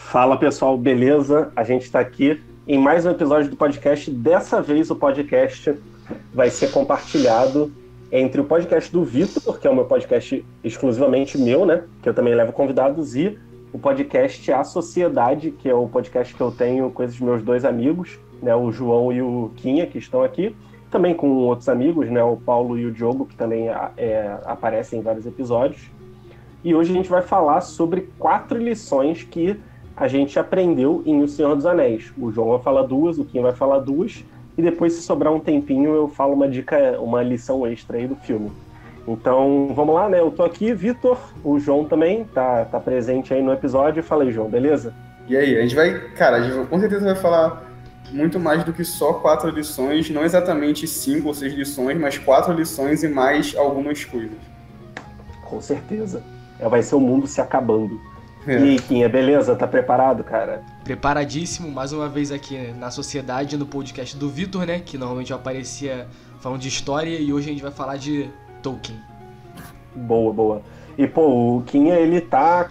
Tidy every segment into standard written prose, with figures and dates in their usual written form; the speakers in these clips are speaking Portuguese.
Fala pessoal, beleza? A gente está aqui em mais um episódio do podcast. Dessa vez o podcast vai ser compartilhado entre o podcast do Vitor, que é o meu podcast exclusivamente meu, né? Que eu também levo convidados, e o podcast A Sociedade, que é o podcast que eu tenho com esses meus dois amigos, né? O João e o Quinha, que estão aqui. Também com outros amigos, né? O Paulo e o Diogo, que também aparecem em vários episódios. E hoje a gente vai falar sobre 4 lições que a gente aprendeu em O Senhor dos Anéis. O João vai falar 2, o Kim vai falar 2, e depois, se sobrar um tempinho, eu falo uma dica, uma lição extra aí do filme. Então, vamos lá, né? Eu tô aqui, Vitor, o João também tá presente aí no episódio. Fala aí, João, beleza? E aí, a gente vai, cara, a gente com certeza vai falar muito mais do que só 4 lições, não exatamente 5 ou 6 lições, mas 4 lições e mais algumas coisas. Com certeza. Vai ser o mundo se acabando. É. E aí, Kim, beleza? Tá preparado, cara? Preparadíssimo, mais uma vez aqui na Sociedade, no podcast do Vitor, né? Que normalmente aparecia falando de história, e hoje a gente vai falar de Tolkien. Boa, boa. E, pô, o Kim, ele tá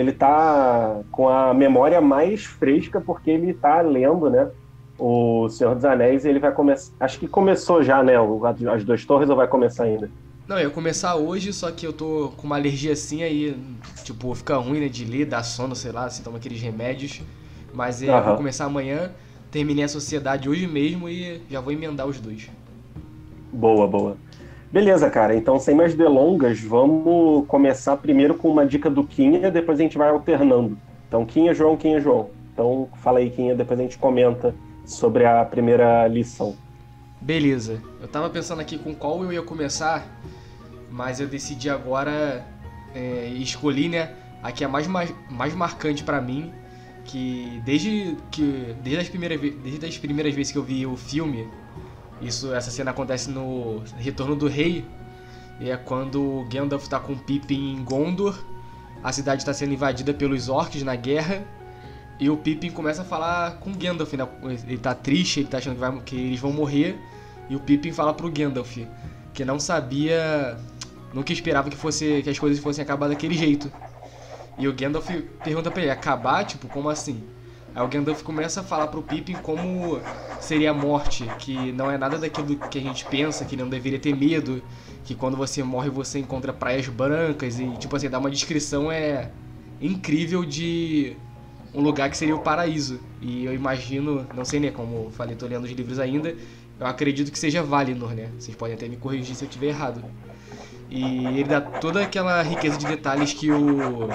com a memória mais fresca, porque ele tá lendo, né? O Senhor dos Anéis, e ele vai começar... Acho que começou já, né? As 2 torres, ou vai começar ainda? Não, eu ia começar hoje, só que eu tô com uma alergia assim, aí, tipo, fica ruim, né, de ler, dá sono, sei lá, assim, toma aqueles remédios. Mas eu vou começar amanhã, terminei a Sociedade hoje mesmo e já vou emendar os 2. Boa, boa. Beleza, cara. Então, sem mais delongas, vamos começar primeiro com uma dica do Quinha, depois a gente vai alternando. Então, Quinha, João, Quinha, João. Então, fala aí, Quinha, depois a gente comenta sobre a primeira lição. Beleza. Eu tava pensando aqui com qual eu ia começar, mas eu decidi agora escolhi, né, a que é mais marcante pra mim, que desde as primeiras vezes que eu vi o filme, essa cena acontece no Retorno do Rei, e é quando Gandalf tá com Pippin em Gondor, a cidade está sendo invadida pelos orcs na guerra, e o Pippin começa a falar com Gandalf, né? Ele tá triste, ele tá achando que eles vão morrer, e o Pippin fala pro Gandalf que não sabia, nunca esperava que as coisas fossem acabar daquele jeito. E o Gandalf pergunta pra ele, acabar? Tipo, como assim? Aí o Gandalf começa a falar pro Pippin como seria a morte, que não é nada daquilo que a gente pensa, que não deveria ter medo, que quando você morre você encontra praias brancas, e tipo assim, dá uma descrição incrível de um lugar que seria o paraíso. E eu imagino, não sei, né, como eu falei, tô lendo os livros ainda, eu acredito que seja Valinor, né? Vocês podem até me corrigir se eu estiver errado. E ele dá toda aquela riqueza de detalhes que o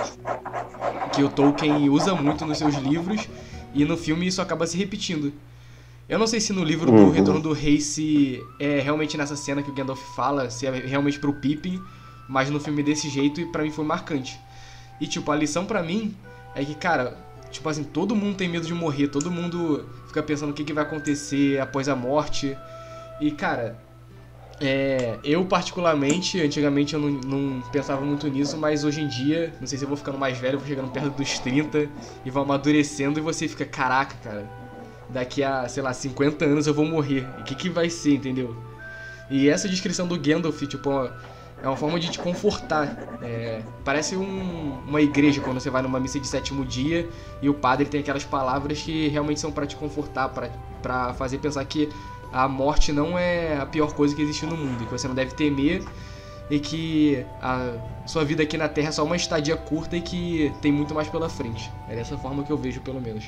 Tolkien usa muito nos seus livros, e no filme isso acaba se repetindo. Eu não sei se no livro do Retorno do Rei se é realmente nessa cena que o Gandalf fala, se é realmente pro Pippin, mas no filme desse jeito, e pra mim foi marcante. E tipo, a lição pra mim é que, cara, tipo assim, todo mundo tem medo de morrer, todo mundo fica pensando o que vai acontecer após a morte. E, cara, eu particularmente, antigamente eu não pensava muito nisso, mas hoje em dia, não sei se eu vou ficando mais velho, eu vou chegando perto dos 30 e vou amadurecendo, e você fica, caraca, cara, daqui a, sei lá, 50 anos eu vou morrer, e o que vai ser, entendeu? E essa descrição do Gandalf, tipo, é uma forma de te confortar. Parece uma igreja quando você vai numa missa de 7º dia e o padre tem aquelas palavras que realmente são pra te confortar, pra fazer pensar que a morte não é a pior coisa que existe no mundo, e que você não deve temer, e que a sua vida aqui na Terra é só uma estadia curta e que tem muito mais pela frente. É dessa forma que eu vejo, pelo menos.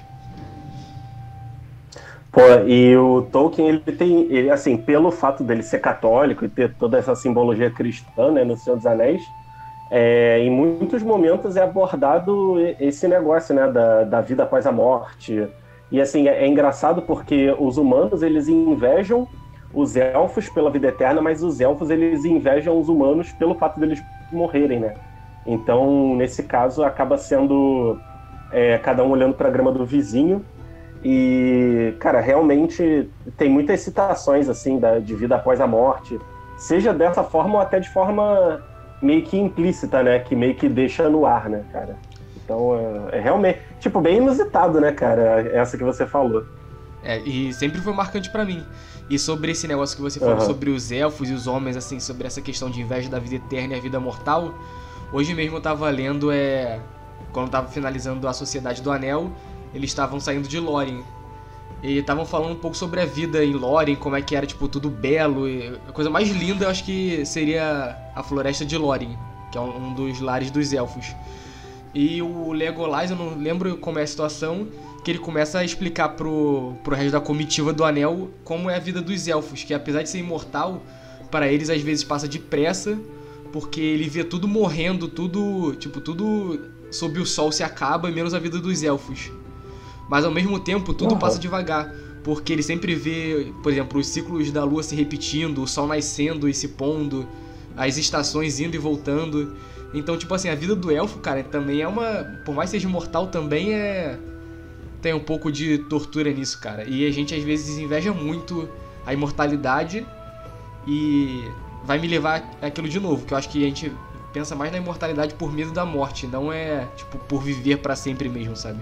Pô, e o Tolkien, ele, assim, pelo fato dele ser católico e ter toda essa simbologia cristã, né, no Senhor dos Anéis, em muitos momentos é abordado esse negócio, né, da vida após a morte. E assim, é engraçado porque os humanos, eles invejam os elfos pela vida eterna, mas os elfos, eles invejam os humanos pelo fato deles morrerem, né? Então, nesse caso, acaba sendo cada um olhando para a grama do vizinho. E, cara, realmente tem muitas citações, assim, de vida após a morte, seja dessa forma ou até de forma meio que implícita, né? Que meio que deixa no ar, né, cara? Então, é realmente, tipo, bem inusitado, né, cara? Essa que você falou. E sempre foi marcante pra mim. E sobre esse negócio que você falou sobre os elfos e os homens, assim, sobre essa questão de inveja da vida eterna e a vida mortal, hoje mesmo eu tava lendo quando tava finalizando a Sociedade do Anel, eles estavam saindo de Lórien. E estavam falando um pouco sobre a vida em Lórien, como é que era, tipo, tudo belo. E a coisa mais linda, eu acho que seria a Floresta de Lórien, que é um dos lares dos elfos. E o Legolas, eu não lembro como é a situação, que ele começa a explicar pro resto da comitiva do Anel como é a vida dos elfos, que apesar de ser imortal, para eles às vezes passa depressa, porque ele vê tudo morrendo, tudo sob o sol se acaba, menos a vida dos elfos. Mas ao mesmo tempo tudo passa devagar, porque ele sempre vê, por exemplo, os ciclos da lua se repetindo, o sol nascendo e se pondo, as estações indo e voltando. Então, tipo assim, a vida do elfo, cara, também é uma... Por mais que seja imortal, também tem um pouco de tortura nisso, cara. E a gente às vezes inveja muito a imortalidade e vai me levar àquilo de novo, que eu acho que a gente pensa mais na imortalidade por medo da morte, não é, tipo, por viver pra sempre mesmo, sabe?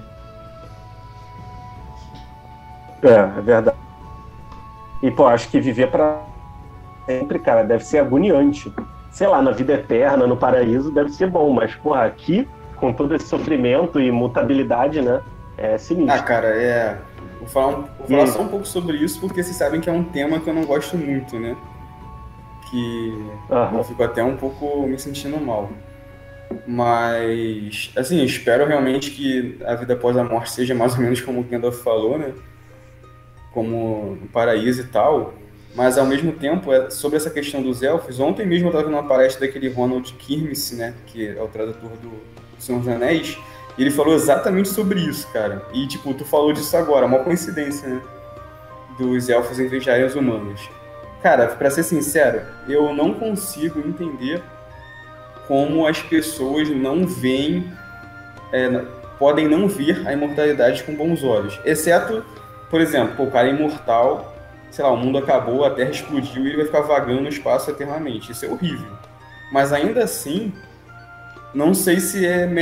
É verdade. E, pô, acho que viver pra sempre, cara, deve ser agoniante. Sei lá, na vida eterna, no paraíso, deve ser bom, mas, porra, aqui, com todo esse sofrimento e mutabilidade, né, é sinistro. Ah, cara, vou falar só um pouco sobre isso, porque vocês sabem que é um tema que eu não gosto muito, né? Que eu fico até um pouco me sentindo mal. Mas, assim, espero realmente que a vida após a morte seja mais ou menos como o Gandalf falou, né? Como no paraíso e tal. Mas, ao mesmo tempo, sobre essa questão dos elfos, ontem mesmo eu estava vendo uma palestra daquele Ronald Kirmes, né? Que é o tradutor do Senhor dos Anéis. E ele falou exatamente sobre isso, cara. E, tipo, tu falou disso agora, uma coincidência, né? Dos elfos invejarem os humanos. Cara, pra ser sincero, eu não consigo entender como as pessoas não veem, podem não ver a imortalidade com bons olhos. Exceto, por exemplo, o cara é imortal, sei lá, o mundo acabou, a Terra explodiu e ele vai ficar vagando no espaço eternamente. Isso é horrível. Mas ainda assim, não sei se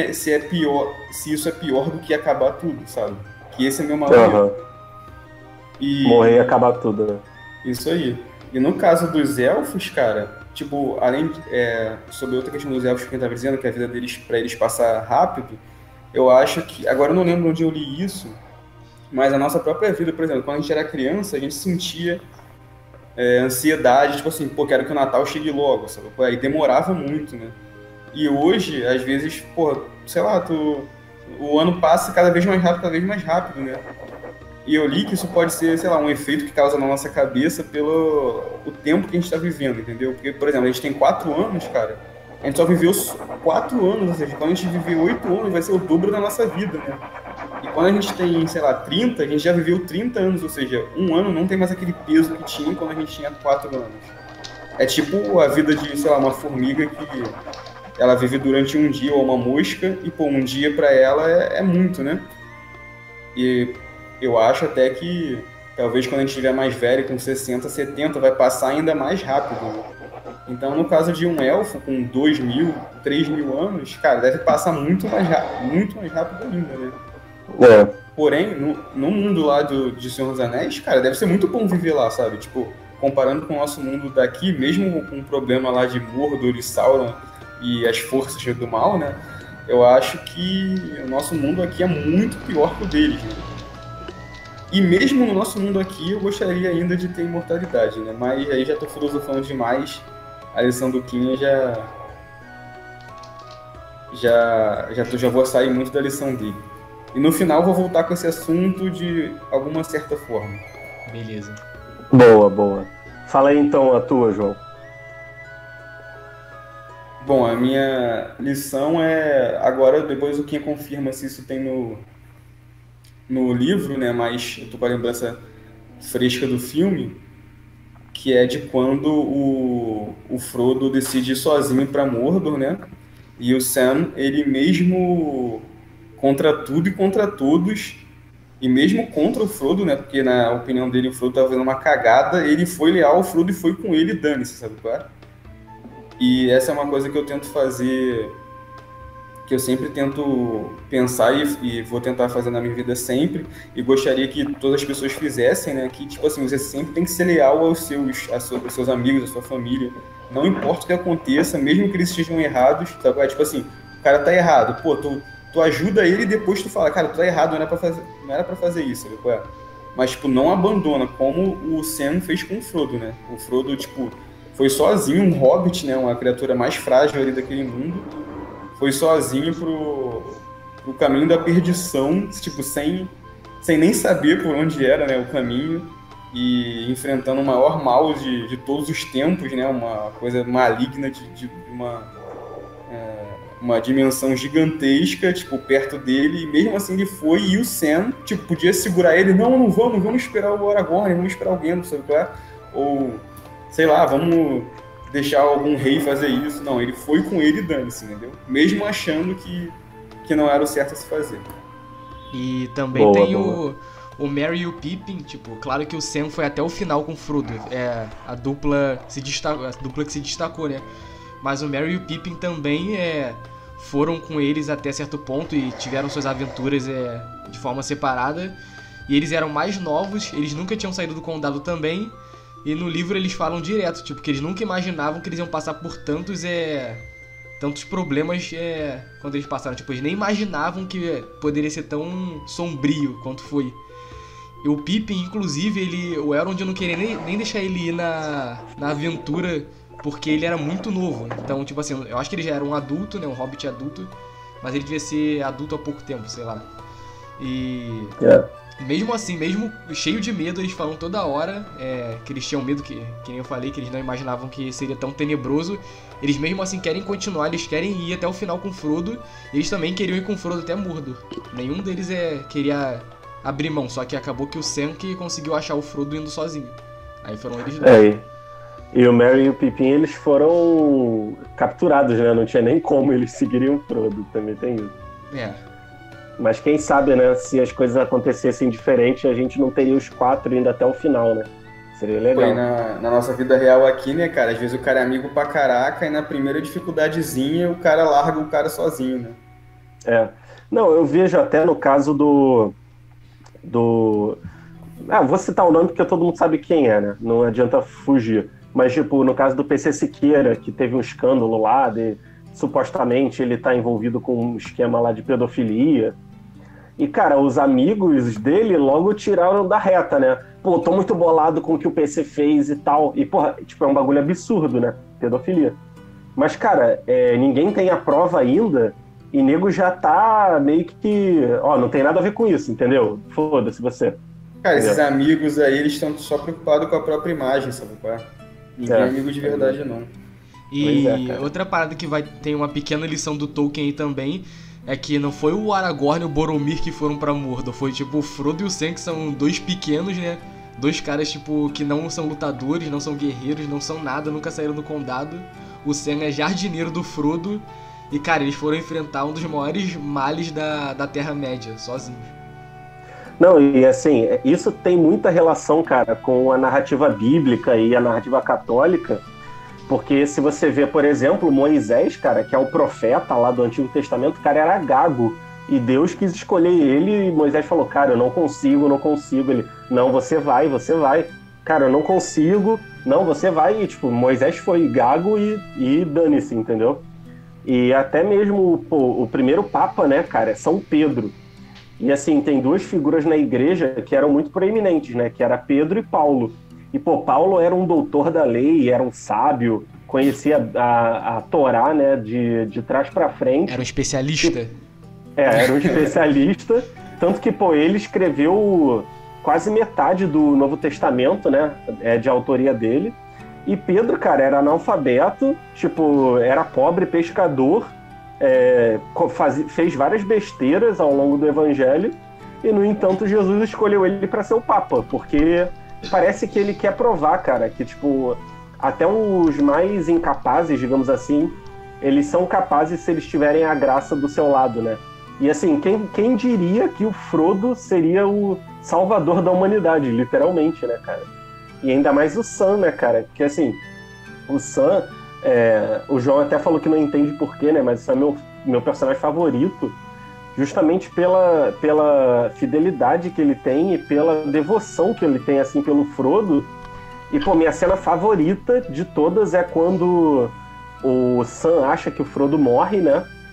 isso é pior do que acabar tudo, sabe? Que esse é meu maior medo. Morrer e acabar tudo, né? Isso aí. E no caso dos elfos, cara, tipo, além sobre outra questão dos elfos que a gente tava dizendo, que a vida deles, pra eles passar rápido, eu acho que, agora eu não lembro onde eu li isso, mas a nossa própria vida, por exemplo, quando a gente era criança, a gente sentia ansiedade, tipo assim, pô, quero que o Natal chegue logo, sabe? Aí demorava muito, né? E hoje, às vezes, pô, sei lá, o ano passa cada vez mais rápido, né? E eu li que isso pode ser, sei lá, um efeito que causa na nossa cabeça pelo o tempo que a gente está vivendo, entendeu? Porque, por exemplo, a gente tem 4 anos, cara, a gente só viveu 4 anos, ou seja, quando a gente viver 8 anos vai ser o dobro da nossa vida, né? E quando a gente tem, sei lá, 30, a gente já viveu 30 anos, ou seja, um ano não tem mais aquele peso que tinha quando a gente tinha 4 anos. É tipo a vida de, sei lá, uma formiga que ela vive durante um dia, ou uma mosca, e, pô, um dia pra ela é muito, né? E eu acho até que talvez quando a gente estiver mais velho, com 60, 70, vai passar ainda mais rápido. Né? Então, no caso de um elfo com 2.000, 3.000 anos, cara, deve passar muito mais rápido ainda, né? Porém, no mundo lá de Senhor dos Anéis, cara, deve ser muito bom viver lá, sabe? Tipo, comparando com o nosso mundo daqui, mesmo com o problema lá de Mordor e Sauron e as forças do mal, né? Eu acho que o nosso mundo aqui é muito pior que o deles, né? E mesmo no nosso mundo aqui, eu gostaria ainda de ter imortalidade, né? Mas aí já tô filosofando demais. A lição do Quinha já vou sair muito da lição dele. E no final vou voltar com esse assunto de alguma certa forma. Beleza. Boa. Fala aí então a tua, João. Bom, a minha lição agora, depois o Quinha confirma se isso tem no livro, né, mas eu tô com a lembrança fresca do filme, que é de quando o Frodo decide ir sozinho para Mordor, né, e o Sam, ele mesmo contra tudo e contra todos, e mesmo contra o Frodo, né, porque na opinião dele o Frodo tava fazendo uma cagada, ele foi leal ao Frodo e foi com ele, dane-se, sabe qual é? E essa é uma coisa que eu tento fazer, que eu sempre tento pensar e vou tentar fazer na minha vida sempre, e gostaria que todas as pessoas fizessem, né, que, tipo assim, você sempre tem que ser leal aos seus amigos, à sua família, não importa o que aconteça, mesmo que eles estejam errados, sabe? Tipo assim, o cara tá errado, pô, tu ajuda ele e depois tu fala, cara, tu tá errado, não era pra fazer isso, sabe qual é? Mas, tipo, não abandona, como o Sam fez com o Frodo, né? O Frodo, tipo, foi sozinho, um hobbit, né? Uma criatura mais frágil ali daquele mundo, foi sozinho pro caminho da perdição, tipo, sem nem saber por onde era, né, o caminho, e enfrentando o maior mal de todos os tempos, né? Uma coisa maligna de uma dimensão gigantesca, tipo, perto dele, e mesmo assim ele foi, e o Sam, tipo, podia segurar ele, não vamos esperar o Aragorn, vamos esperar alguém, não sabe qual é? Ou, sei lá, vamos deixar algum rei fazer isso. Não, ele foi com ele e dane-se, entendeu? Mesmo achando que não era o certo a se fazer. E também tem o Merry e o Pippin, tipo, claro que o Sam foi até o final com o Frodo, a dupla que se destacou, né? Mas o Merry e o Pippin também foram com eles até certo ponto e tiveram suas aventuras de forma separada. E eles eram mais novos, eles nunca tinham saído do condado também. E no livro eles falam direto, tipo, que eles nunca imaginavam que eles iam passar por tantos problemas quando eles passaram. Tipo, eles nem imaginavam que poderia ser tão sombrio quanto foi. E o Pippin, inclusive, o Elrond não queria nem deixar ele ir na aventura, porque ele era muito novo. Então, tipo assim, eu acho que ele já era um adulto, né? Um hobbit adulto. Mas ele devia ser adulto há pouco tempo, sei lá. E... mesmo assim, mesmo cheio de medo, eles falam toda hora que eles tinham medo, que nem eu falei, que eles não imaginavam que seria tão tenebroso. Eles mesmo assim querem continuar, eles querem ir até o final com o Frodo. E eles também queriam ir com o Frodo até Mordor. Nenhum deles queria abrir mão, só que acabou que o Sam que conseguiu achar o Frodo indo sozinho. Aí foram eles dois. E o Merry e o Pippin, eles foram capturados, né? Não tinha nem como eles seguirem o Frodo, também tem isso. Mas quem sabe, né? Se as coisas acontecessem diferente, a gente não teria os 4 indo até o final, né? Seria legal. Foi na nossa vida real aqui, né, cara? Às vezes o cara é amigo pra caraca e na primeira dificuldadezinha o cara larga o cara sozinho, né? Não, eu vejo até no caso do... vou citar o nome porque todo mundo sabe quem é, né? Não adianta fugir. Mas, tipo, no caso do PC Siqueira, que teve um escândalo lá, supostamente ele tá envolvido com um esquema lá de pedofilia. E, cara, os amigos dele logo tiraram da reta, né? Pô, tô muito bolado com o que o PC fez e tal. E, porra, tipo, é um bagulho absurdo, né? Pedofilia. Mas, cara, ninguém tem a prova ainda e nego já tá meio que... não tem nada a ver com isso, entendeu? Foda-se você. Cara, esses amigos aí, eles estão só preocupados com a própria imagem, sabe qual é? Ninguém é amigo de verdade, não. E outra parada que tem uma pequena lição do Tolkien aí também é que não foi o Aragorn e o Boromir que foram pra Mordor, foi tipo o Frodo e o Sam, que são 2 pequenos, né? 2 caras tipo que não são lutadores, não são guerreiros, não são nada, nunca saíram do condado. O Sam é jardineiro do Frodo e, cara, eles foram enfrentar um dos maiores males da Terra-média, sozinhos. Não, e assim, isso tem muita relação, cara, com a narrativa bíblica e a narrativa católica, porque se você vê, por exemplo, Moisés, cara, que é o profeta lá do Antigo Testamento, o cara era gago, e Deus quis escolher ele, e Moisés falou, cara, eu não consigo. Ele, não, você vai. Cara, eu não consigo, não, você vai. E, tipo, Moisés foi gago e dane-se, entendeu? E até mesmo, o primeiro papa, né, cara, é São Pedro. E assim, tem 2 figuras na igreja que eram muito proeminentes, né? Que era Pedro e Paulo. E, Paulo era um doutor da lei, era um sábio, conhecia a Torá, né? De trás para frente. Era um especialista. Era um especialista. Tanto que, ele escreveu quase metade do Novo Testamento, né? De autoria dele. E Pedro, cara, era analfabeto, tipo, era pobre, pescador, fez várias besteiras ao longo do evangelho, e no entanto Jesus escolheu ele para ser o Papa, porque parece que ele quer provar, cara, que tipo, até os mais incapazes, digamos assim, eles são capazes se eles tiverem a graça do seu lado, né? E assim, quem diria que o Frodo seria o salvador da humanidade, literalmente, né, cara? E ainda mais o Sam, né, cara? Porque assim, o Sam... o João até falou que não entende porquê, né? Mas esse é meu personagem favorito, justamente pela fidelidade que ele tem e pela devoção que ele tem, assim, pelo Frodo. E, minha cena favorita de todas é quando o Sam acha que o Frodo morre, né?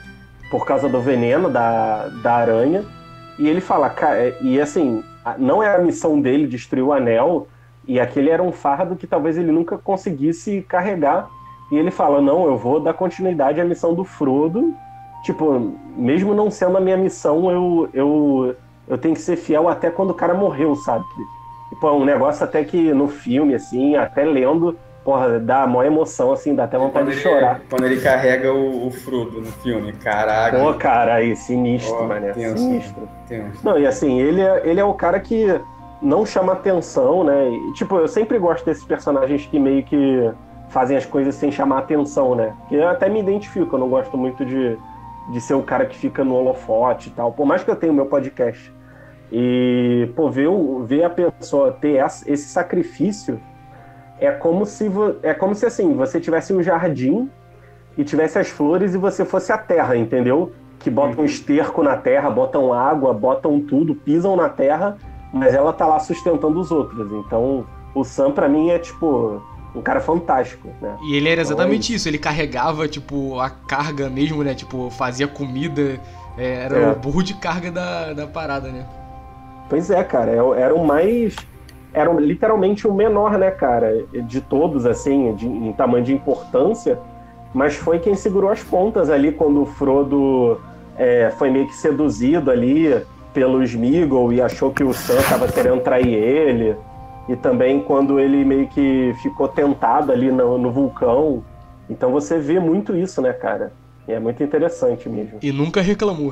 por causa do veneno da aranha. E ele fala, cara, e assim, não é a missão dele destruir o anel, e aquele era um fardo que talvez ele nunca conseguisse carregar. E ele fala, não, eu vou dar continuidade à missão do Frodo. Tipo, mesmo não sendo a minha missão, eu tenho que ser fiel até quando o cara morreu, sabe? Tipo, é um negócio até que no filme, assim, até lendo, porra, dá maior emoção, assim, dá até vontade de chorar. Quando ele carrega o Frodo no filme, caraca. Pô, cara, aí, sinistro, mané, sinistro. Tenso. Não, e assim, ele é o cara que não chama atenção, né? E, tipo, eu sempre gosto desses personagens que meio que fazem as coisas sem chamar atenção, né? Que eu até me identifico, eu não gosto muito de ser o cara que fica no holofote e tal. Por mais que eu tenha o meu podcast. E, pô, ver a pessoa ter esse sacrifício é como se assim, você tivesse um jardim e tivesse as flores e você fosse a terra, entendeu? Que botam esterco na terra, botam água, botam tudo, pisam na terra, mas ela tá lá sustentando os outros. Então, o Sam, pra mim, é, tipo, um cara fantástico, né? E ele era exatamente isso. Ele carregava, tipo, a carga mesmo, né? Tipo, fazia comida, era o burro de carga da parada, né? Pois é, cara, era o mais... Era literalmente o menor, né, cara? De todos, assim, em tamanho de importância, mas foi quem segurou as pontas ali quando o Frodo foi meio que seduzido ali pelo Sméagol e achou que o Sam estava querendo trair ele. E também quando ele meio que ficou tentado ali no vulcão. Então você vê muito isso, né, cara? E é muito interessante mesmo. E nunca reclamou.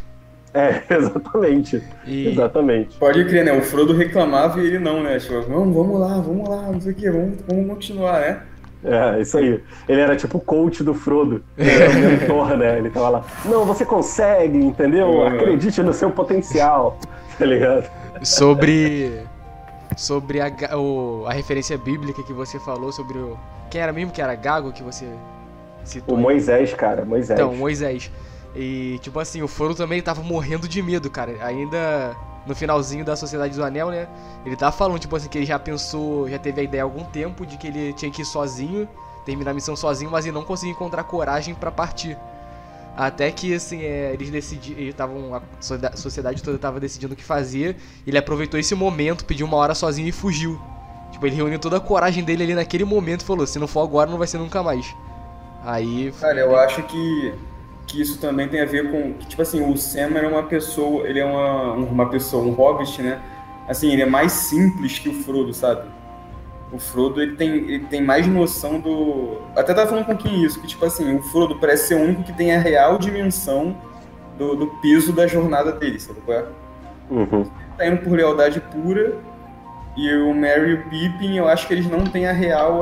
Exatamente. Exatamente. Pode crer, né? O Frodo reclamava e ele não, né? Tipo, vamos lá, não sei o que, vamos continuar, né? Isso aí. Ele era tipo o coach do Frodo. Ele era o mentor, né? Ele tava lá, não, você consegue, entendeu? Acredite no seu potencial, tá ligado? Sobre a referência bíblica que você falou, sobre quem era mesmo que era Gago que você citou? O Moisés, cara, Moisés. Então, Moisés. E, tipo assim, o Frodo também tava morrendo de medo, cara. Ainda no finalzinho da Sociedade do Anel, né? Ele tava falando, tipo assim, que ele já teve a ideia há algum tempo de que ele tinha que ir sozinho, terminar a missão sozinho, mas ele não conseguia encontrar coragem pra partir. Até que, assim, eles decidiram, a sociedade toda tava decidindo o que fazer, ele aproveitou esse momento, pediu uma hora sozinho e fugiu. Tipo, ele reuniu toda a coragem dele ali naquele momento e falou, se não for agora, não vai ser nunca mais. Aí... Cara, eu acho que isso também tem a ver com... Tipo assim, o Sam era uma pessoa... Ele é um hobbit, né? Assim, ele é mais simples que o Frodo, sabe? O Frodo, ele tem mais noção do... Até tava falando um pouquinho isso, que tipo assim, o Frodo parece ser o único que tem a real dimensão do peso da jornada dele, sabe qual é? Uhum. Ele tá indo por lealdade pura, e o Merry e o Pippin, eu acho que eles não têm a real...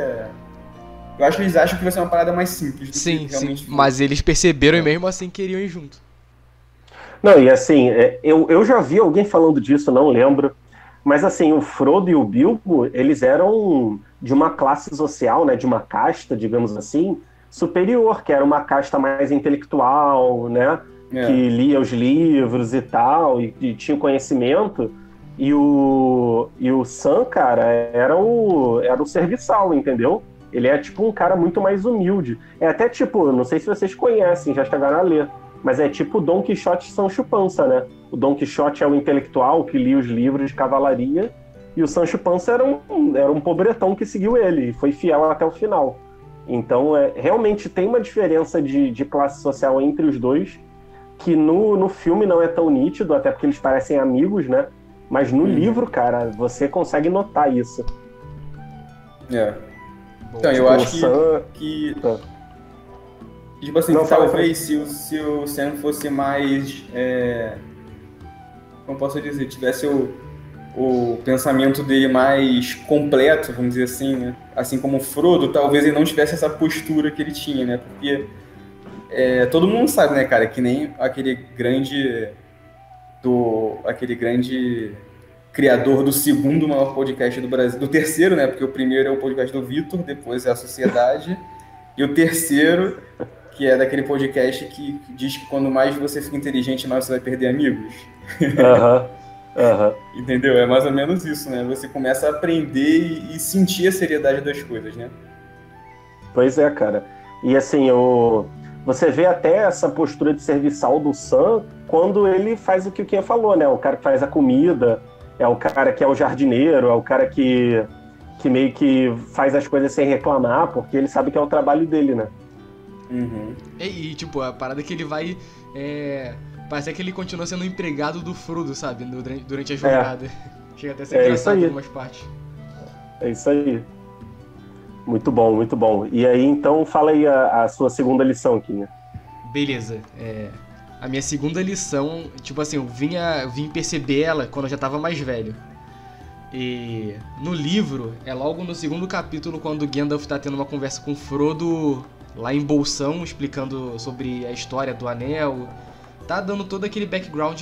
Eu acho que eles acham que vai ser uma parada mais simples do que realmente Sim, mas eles perceberam e mesmo assim queriam ir junto. Não, e assim, eu já vi alguém falando disso, não lembro, mas assim, o Frodo e o Bilbo, eles eram de uma classe social, né, de uma casta, digamos assim, superior, que era uma casta mais intelectual, né, que lia os livros e tal, e tinha conhecimento, e o Sam, cara, era o serviçal, entendeu? Ele é tipo um cara muito mais humilde. É até tipo, não sei se vocês conhecem, já chegaram a ler, mas é tipo o Dom Quixote Sancho Panza, né? O Dom Quixote é o intelectual que lia os livros de cavalaria, e o Sancho Panza era um pobretão que seguiu ele, e foi fiel até o final. Então, realmente tem uma diferença de classe social entre os dois, que no filme não é tão nítido, até porque eles parecem amigos, né? Mas no livro, cara, você consegue notar isso. Então, eu acho que tipo assim, não, talvez se o Sam fosse mais, como posso dizer, tivesse o pensamento dele mais completo, vamos dizer assim, né? Assim como o Frodo, talvez ele não tivesse essa postura que ele tinha, né? Porque todo mundo sabe, né, cara, que nem aquele grande criador do segundo maior podcast do Brasil, do terceiro, né? Porque o primeiro é o podcast do Vitor, depois é a Sociedade, e o terceiro, que é daquele podcast que diz que quando mais você fica inteligente, mais você vai perder amigos. Entendeu? É mais ou menos isso, né? Você começa a aprender e sentir a seriedade das coisas, né? Pois é, cara. E assim, você vê até essa postura de serviçal do Sam quando ele faz o que o Ken falou, né? O cara que faz a comida, é o cara que é o jardineiro, é o cara que meio que faz as coisas sem reclamar, porque ele sabe que é o trabalho dele, né? Uhum. E, tipo, a parada que ele vai... parece que ele continua sendo empregado do Frodo, sabe? Durante a jornada. Chega até a ser engraçado em algumas partes. É isso aí. Muito bom, muito bom. E aí, então, fala aí a sua segunda lição, Kinha. Beleza. A minha segunda lição, tipo assim, eu vim perceber ela quando eu já tava mais velho. E no livro, é logo no segundo capítulo, quando o Gandalf tá tendo uma conversa com o Frodo lá em Bolsão, explicando sobre a história do Anel. Tá dando todo aquele background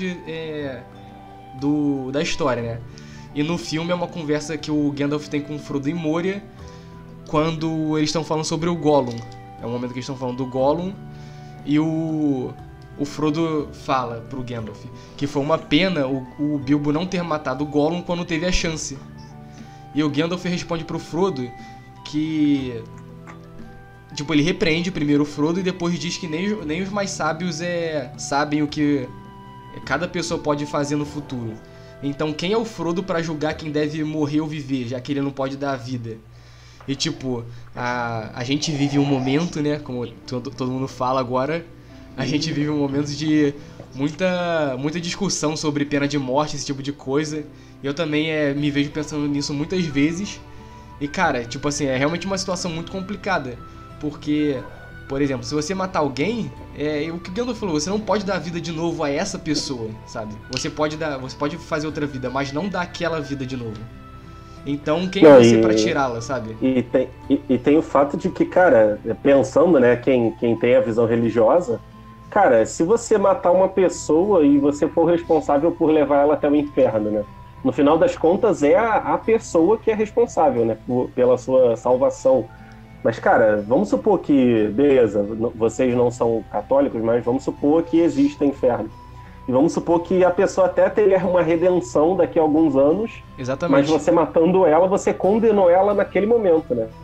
da história, né? E no filme é uma conversa que o Gandalf tem com o Frodo em Moria, quando eles estão falando sobre o Gollum. É o momento que eles estão falando do Gollum, e o Frodo fala pro Gandalf que foi uma pena o Bilbo não ter matado o Gollum quando teve a chance. E o Gandalf responde pro Frodo que... Tipo, ele repreende primeiro o Frodo e depois diz que nem os mais sábios sabem o que cada pessoa pode fazer no futuro. Então quem é o Frodo pra julgar quem deve morrer ou viver, já que ele não pode dar a vida? E tipo, a gente vive um momento, né, como todo mundo fala agora, a gente vive um momento de muita discussão sobre pena de morte, esse tipo de coisa. Eu também me vejo pensando nisso muitas vezes. E cara, tipo assim, é realmente uma situação muito complicada. Porque, por exemplo, se você matar alguém, o que o Gandalf falou, você não pode dar a vida de novo a essa pessoa, sabe? Você pode fazer outra vida, mas não dar aquela vida de novo. Então, quem é você pra tirá-la, sabe? E tem o fato de que, cara, pensando, né, quem tem a visão religiosa, cara, se você matar uma pessoa e você for responsável por levar ela até o inferno, né? No final das contas, é a pessoa que é responsável, né, pela sua salvação. Mas, cara, vamos supor que, beleza, vocês não são católicos, mas vamos supor que existe inferno. E vamos supor que a pessoa até teria uma redenção daqui a alguns anos. Exatamente. Mas você matando ela, você condenou ela naquele momento, né?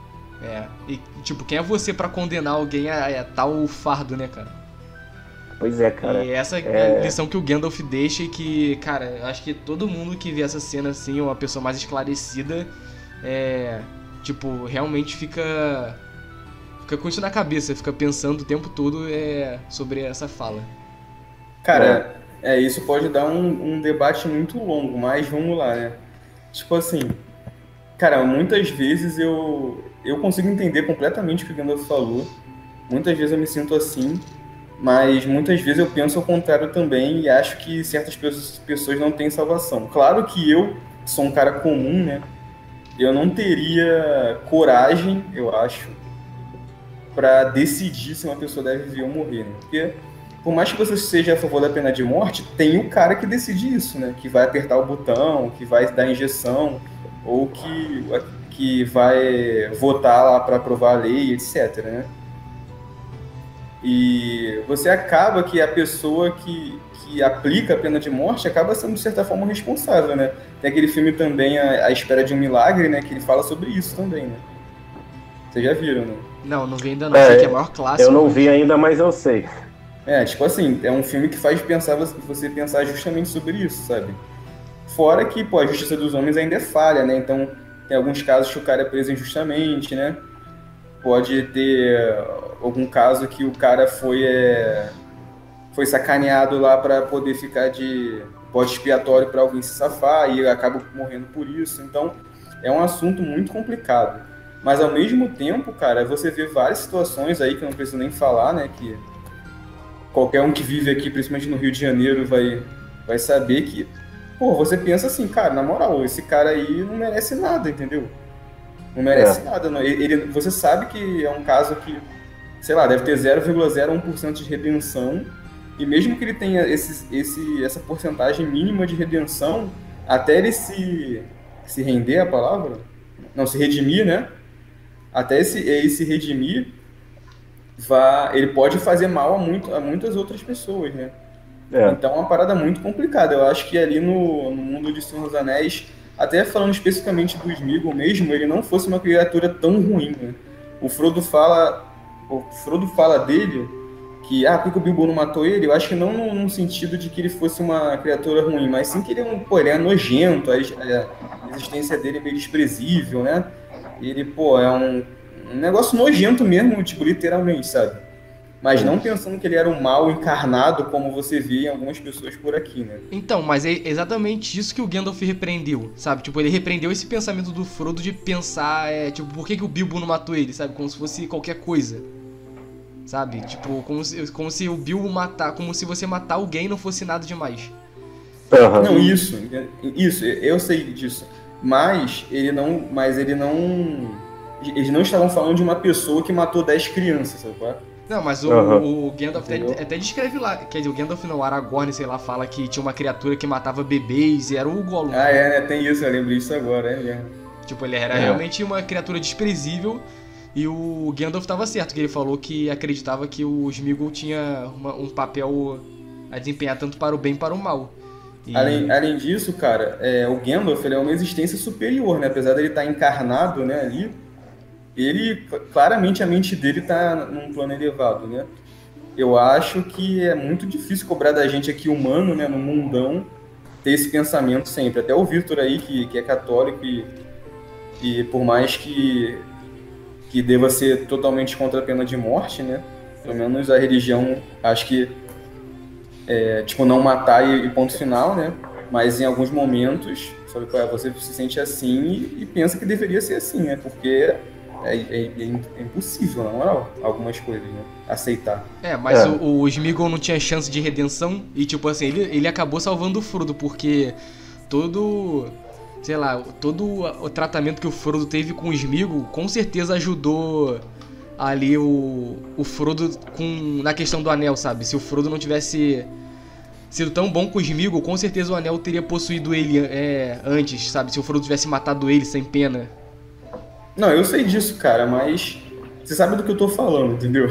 E tipo, quem é você pra condenar alguém a tal fardo, né, cara? Pois é, cara. E essa é a lição que o Gandalf deixa e que, cara, acho que todo mundo que vê essa cena assim, uma pessoa mais esclarecida, tipo, realmente fica com isso na cabeça, fica pensando o tempo todo sobre essa fala. Cara, isso pode dar um debate muito longo, mas vamos lá, né? Tipo assim, cara, muitas vezes eu consigo entender completamente o que o Gandalf falou, muitas vezes eu me sinto assim, mas muitas vezes eu penso ao contrário também e acho que certas pessoas não têm salvação. Claro que eu sou um cara comum, né? Eu não teria coragem, eu acho, pra decidir se uma pessoa deve viver ou morrer, né? Porque por mais que você seja a favor da pena de morte, tem o cara que decide isso, né? Que vai apertar o botão, que vai dar injeção, ou que vai votar lá para aprovar a lei, etc, né? E você acaba que a pessoa que aplica a pena de morte acaba sendo, de certa forma, responsável, né? Tem aquele filme também, A Espera de um Milagre, né? Que ele fala sobre isso também, né? Vocês já viram, né? Não vi ainda não. Sei que é o maior clássico. Eu não vi ainda, mas eu sei. Tipo assim, é um filme que faz você pensar justamente sobre isso, sabe? Fora que, a justiça dos homens ainda é falha, né? Então, tem alguns casos que o cara é preso injustamente, né? Pode ter algum caso que o cara foi sacaneado lá para poder ficar de bode expiatório para alguém se safar e acaba morrendo por isso. Então, é um assunto muito complicado. Mas, ao mesmo tempo, cara, você vê várias situações aí que eu não preciso nem falar, né? Que qualquer um que vive aqui, principalmente no Rio de Janeiro, vai saber que, você pensa assim, cara, na moral, esse cara aí não merece nada, entendeu? Não merece nada. Não. Você sabe que é um caso que, sei lá, deve ter 0,01% de redenção, e mesmo que ele tenha essa porcentagem mínima de redenção, até ele se render a palavra, não, se redimir, né? Até ele se redimir, ele pode fazer mal a muitas outras pessoas, né? Então é uma parada muito complicada. Eu acho que ali no mundo de Senhor dos Anéis, até falando especificamente do Sméagol mesmo, ele não fosse uma criatura tão ruim, né? O Frodo fala o Frodo fala dele que, por que o Bilbo não matou ele? Eu acho que não no sentido de que ele fosse uma criatura ruim, mas sim que ele é nojento, a existência dele é meio desprezível, né? Ele, é um negócio nojento mesmo, tipo, literalmente, sabe? Mas não pensando que ele era um mal encarnado, como você vê em algumas pessoas por aqui, né? Então, mas é exatamente isso que o Gandalf repreendeu, sabe? Tipo, ele repreendeu esse pensamento do Frodo de pensar, tipo, por que o Bilbo não matou ele, sabe? Como se fosse qualquer coisa, sabe? Tipo, como se o Bilbo matar, como se você matar alguém não fosse nada demais. Uhum. Não, isso, eu sei disso. Mas eles não estavam falando de uma pessoa que matou 10 crianças, sabe qual é? Não, mas o Gandalf até descreve lá, quer dizer, o Gandalf não, o Aragorn, sei lá, fala que tinha uma criatura que matava bebês e era o Gollum. Né? Tem isso, eu lembro disso agora, mesmo. Tipo, ele era realmente uma criatura desprezível e o Gandalf tava certo, que ele falou que acreditava que o Sméagol tinha um papel a desempenhar tanto para o bem e para o mal. E... Além disso, cara, o Gandalf ele é uma existência superior, né? Apesar dele estar encarnado, né, ali, ele, claramente, a mente dele tá num plano elevado, né? Eu acho que é muito difícil cobrar da gente aqui, humano, né, no mundão, ter esse pensamento sempre. Até o Victor aí, que é católico e por mais que deva ser totalmente contra a pena de morte, né? Pelo menos a religião, acho que não matar e ponto final, né? Mas em alguns momentos, sabe qual é? Você se sente assim e pensa que deveria ser assim, né? Porque é impossível, na moral, algumas coisas, né? Aceitar. Mas o Sméagol não tinha chance de redenção e, tipo assim, ele acabou salvando o Frodo, porque todo o tratamento que o Frodo teve com o Sméagol, com certeza ajudou ali o Frodo na questão do anel, sabe? Se o Frodo não tivesse sido tão bom com o Sméagol, com certeza o anel teria possuído ele antes, sabe? Se o Frodo tivesse matado ele sem pena. Não, eu sei disso, cara, mas você sabe do que eu tô falando, entendeu?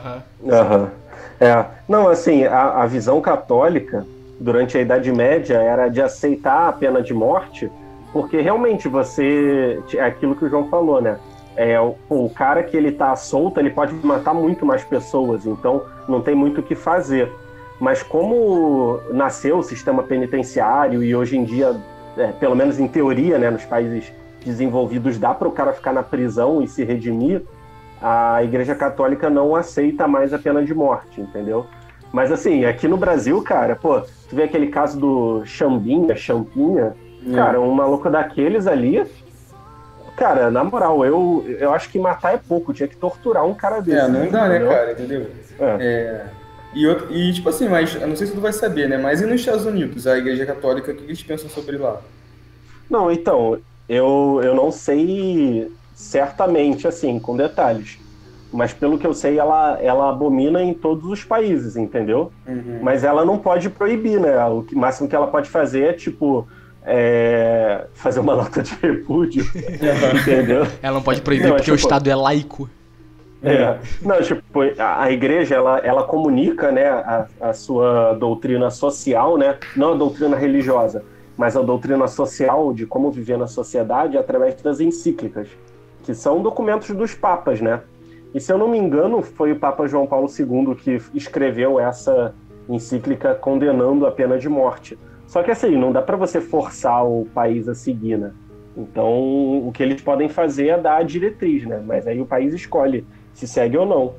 Não, assim, a visão católica durante a Idade Média era de aceitar a pena de morte, porque realmente é aquilo que o João falou, né? O cara que ele tá solto, ele pode matar muito mais pessoas, então não tem muito o que fazer. Mas como nasceu o sistema penitenciário e hoje em dia, pelo menos em teoria, né, nos países desenvolvidos, dá para o cara ficar na prisão e se redimir, a Igreja Católica não aceita mais a pena de morte, entendeu? Mas assim, aqui no Brasil, cara, tu vê aquele caso do Champinha, cara, um maluco daqueles ali, cara, na moral, eu acho que matar é pouco, tinha que torturar um cara desse. Não dá, entendeu? Né, cara, entendeu? E tipo assim, mas eu não sei se tu vai saber, né, mas e nos Estados Unidos, a Igreja Católica, o que eles pensam sobre lá? Não, então, eu não sei certamente, assim, com detalhes, mas pelo que eu sei, ela abomina em todos os países, entendeu? Uhum. Mas ela não pode proibir, né? O máximo que ela pode fazer é, tipo, fazer uma nota de repúdio, entendeu? Ela não pode proibir porque o Estado é laico. Não, tipo, a igreja, ela comunica, né, a sua doutrina social, né? Não a doutrina religiosa, mas a doutrina social de como viver na sociedade através das encíclicas, que são documentos dos papas, né? E se eu não me engano, foi o Papa João Paulo II que escreveu essa encíclica condenando a pena de morte. Só que assim, não dá para você forçar o país a seguir, né? Então, o que eles podem fazer é dar a diretriz, né? Mas aí o país escolhe se segue ou não.